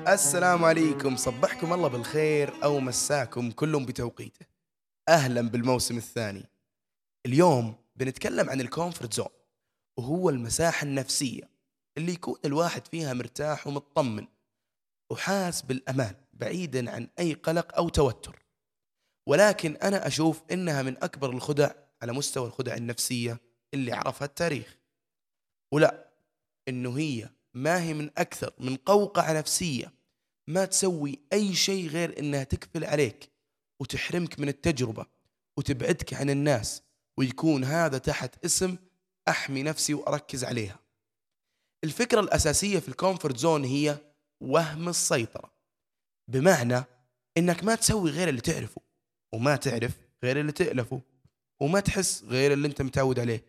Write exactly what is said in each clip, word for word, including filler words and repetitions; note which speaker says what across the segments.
Speaker 1: السلام عليكم، صبحكم الله بالخير أو مساكم كلهم بتوقيته. أهلا بالموسم الثاني. اليوم بنتكلم عن الكومفورت زون، وهو المساحة النفسية اللي يكون الواحد فيها مرتاح ومطمن وحاس بالأمان بعيدا عن أي قلق أو توتر. ولكن أنا أشوف إنها من أكبر الخدع على مستوى الخدع النفسية اللي عرفها التاريخ. ولا إنه هي ما هي من أكثر من قوقعة نفسية ما تسوي أي شيء غير إنها تقفل عليك وتحرمك من التجربة وتبعدك عن الناس، ويكون هذا تحت اسم أحمي نفسي وأركز عليها. الفكرة الأساسية في الكومفورت زون هي وهم السيطرة، بمعنى إنك ما تسوي غير اللي تعرفه، وما تعرف غير اللي تألفه، وما تحس غير اللي أنت متعود عليه،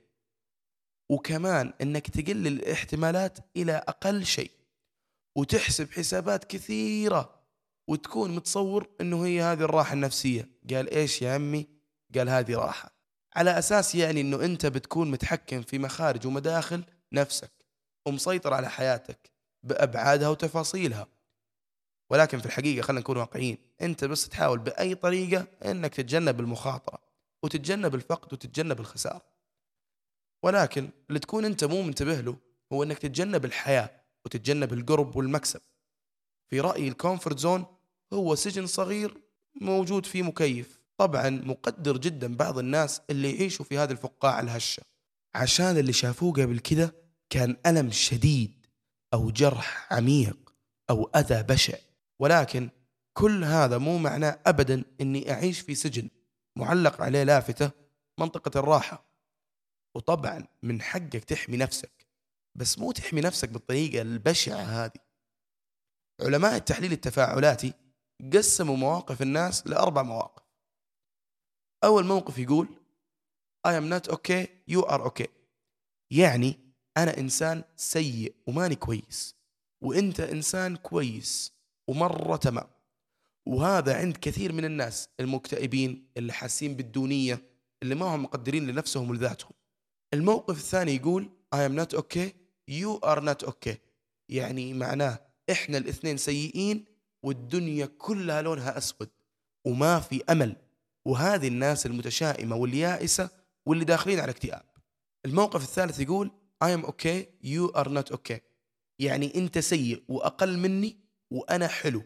Speaker 1: وكمان إنك تقلل الاحتمالات إلى أقل شيء وتحسب حسابات كثيرة وتكون متصور إنه هي هذه الراحة النفسية. قال إيش يا عمي؟ قال هذه راحة، على أساس يعني إنه أنت بتكون متحكم في مخارج ومداخل نفسك ومسيطر على حياتك بأبعادها وتفاصيلها. ولكن في الحقيقة خلينا نكون واقعيين، أنت بس تحاول بأي طريقة إنك تتجنب المخاطرة وتتجنب الفقد وتتجنب الخسارة. ولكن اللي تكون أنت مو منتبه له هو إنك تتجنب الحياة وتتجنب القرب والمكسب. في رأيي الكومفورت زون هو سجن صغير موجود فيه مكيف. طبعا مقدر جدا بعض الناس اللي يعيشوا في هذه الفقاعة الهشة، عشان اللي شافوه قبل كده كان ألم شديد أو جرح عميق أو أذى بشع. ولكن كل هذا مو معناه أبدا أني أعيش في سجن معلق عليه لافتة منطقة الراحة. وطبعا من حقك تحمي نفسك، بس مو تحمي نفسك بالطريقة البشعة هذه. علماء التحليل التفاعلاتي قسموا مواقف الناس لأربع مواقف. أول موقف يقول I am not okay, you are okay. يعني أنا إنسان سيء وماني كويس، وإنت إنسان كويس ومرة تمام. وهذا عند كثير من الناس المكتئبين اللي حاسين بالدونية، اللي ما هم مقدرين لنفسهم ولذاتهم. الموقف الثاني يقول I am not okay, you are not okay. يعني معناه إحنا الاثنين سيئين والدنيا كلها لونها أسود وما في أمل، وهذه الناس المتشائمة واليائسة واللي داخلين على اكتئاب. الموقف الثالث يقول I am okay, you are not okay. يعني أنت سيء وأقل مني وأنا حلو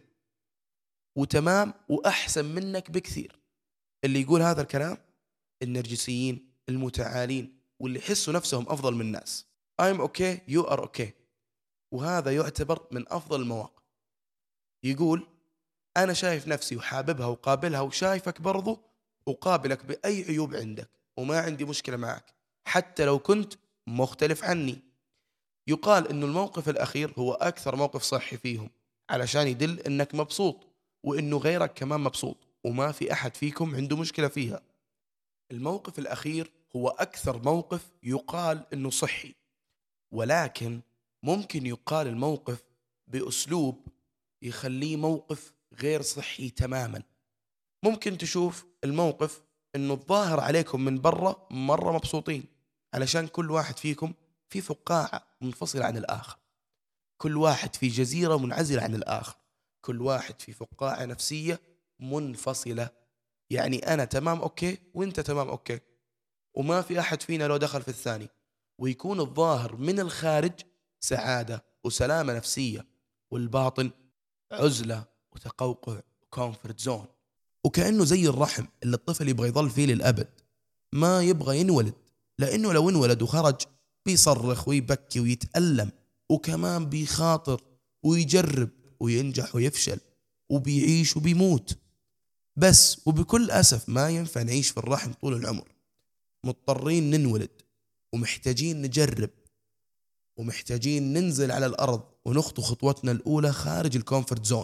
Speaker 1: وتمام وأحسن منك بكثير. اللي يقول هذا الكلام النرجسيين المتعالين واللي يحسوا نفسهم أفضل من الناس. I am okay, you are okay. وهذا يعتبر من أفضل المواقف. يقول أنا شايف نفسي وحاببها وقابلها وشايفك برضو وقابلك بأي عيوب عندك وما عندي مشكلة معك حتى لو كنت مختلف عني. يقال إنه الموقف الأخير هو أكثر موقف صحي فيهم، علشان يدل إنك مبسوط وإنه غيرك كمان مبسوط وما في أحد فيكم عنده مشكلة فيها. الموقف الأخير هو أكثر موقف يقال إنه صحي، ولكن ممكن يقال الموقف بأسلوب يخليه موقف غير صحي تماما. ممكن تشوف الموقف إنه الظاهر عليكم من برا مرة مبسوطين، علشان كل واحد فيكم في فقاعة منفصلة عن الآخر، كل واحد في جزيرة منعزلة عن الآخر، كل واحد في فقاعة نفسية منفصلة. يعني أنا تمام أوكي وإنت تمام أوكي، وما في أحد فينا لو دخل في الثاني، ويكون الظاهر من الخارج سعادة وسلامة نفسية، والباطن عزلة وتقوقع وكومفورت زون. وكأنه زي الرحم اللي الطفل يبغى يظل فيه للأبد، ما يبغى ينولد، لأنه لو انولد وخرج بيصرخ ويبكي ويتألم، وكمان بيخاطر ويجرب وينجح ويفشل وبيعيش وبيموت. بس وبكل أسف ما ينفع نعيش في الرحم طول العمر، مضطرين ننولد ومحتاجين نجرب ومحتاجين ننزل على الأرض ونخطو خطوتنا الأولى خارج الكومفورت زون.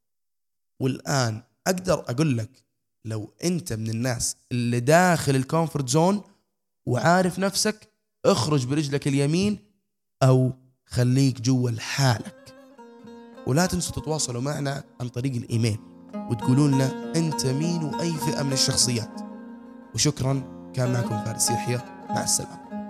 Speaker 1: والآن أقدر أقول لك لو أنت من الناس اللي داخل الكومفورت زون وعارف نفسك، اخرج برجلك اليمين أو خليك جوا لحالك. ولا تنسوا تتواصلوا معنا عن طريق الإيميل وتقولون لنا أنت مين وأي فئة من الشخصيات. وشكرا، كان معكم فارس يحيى، مع السلامة.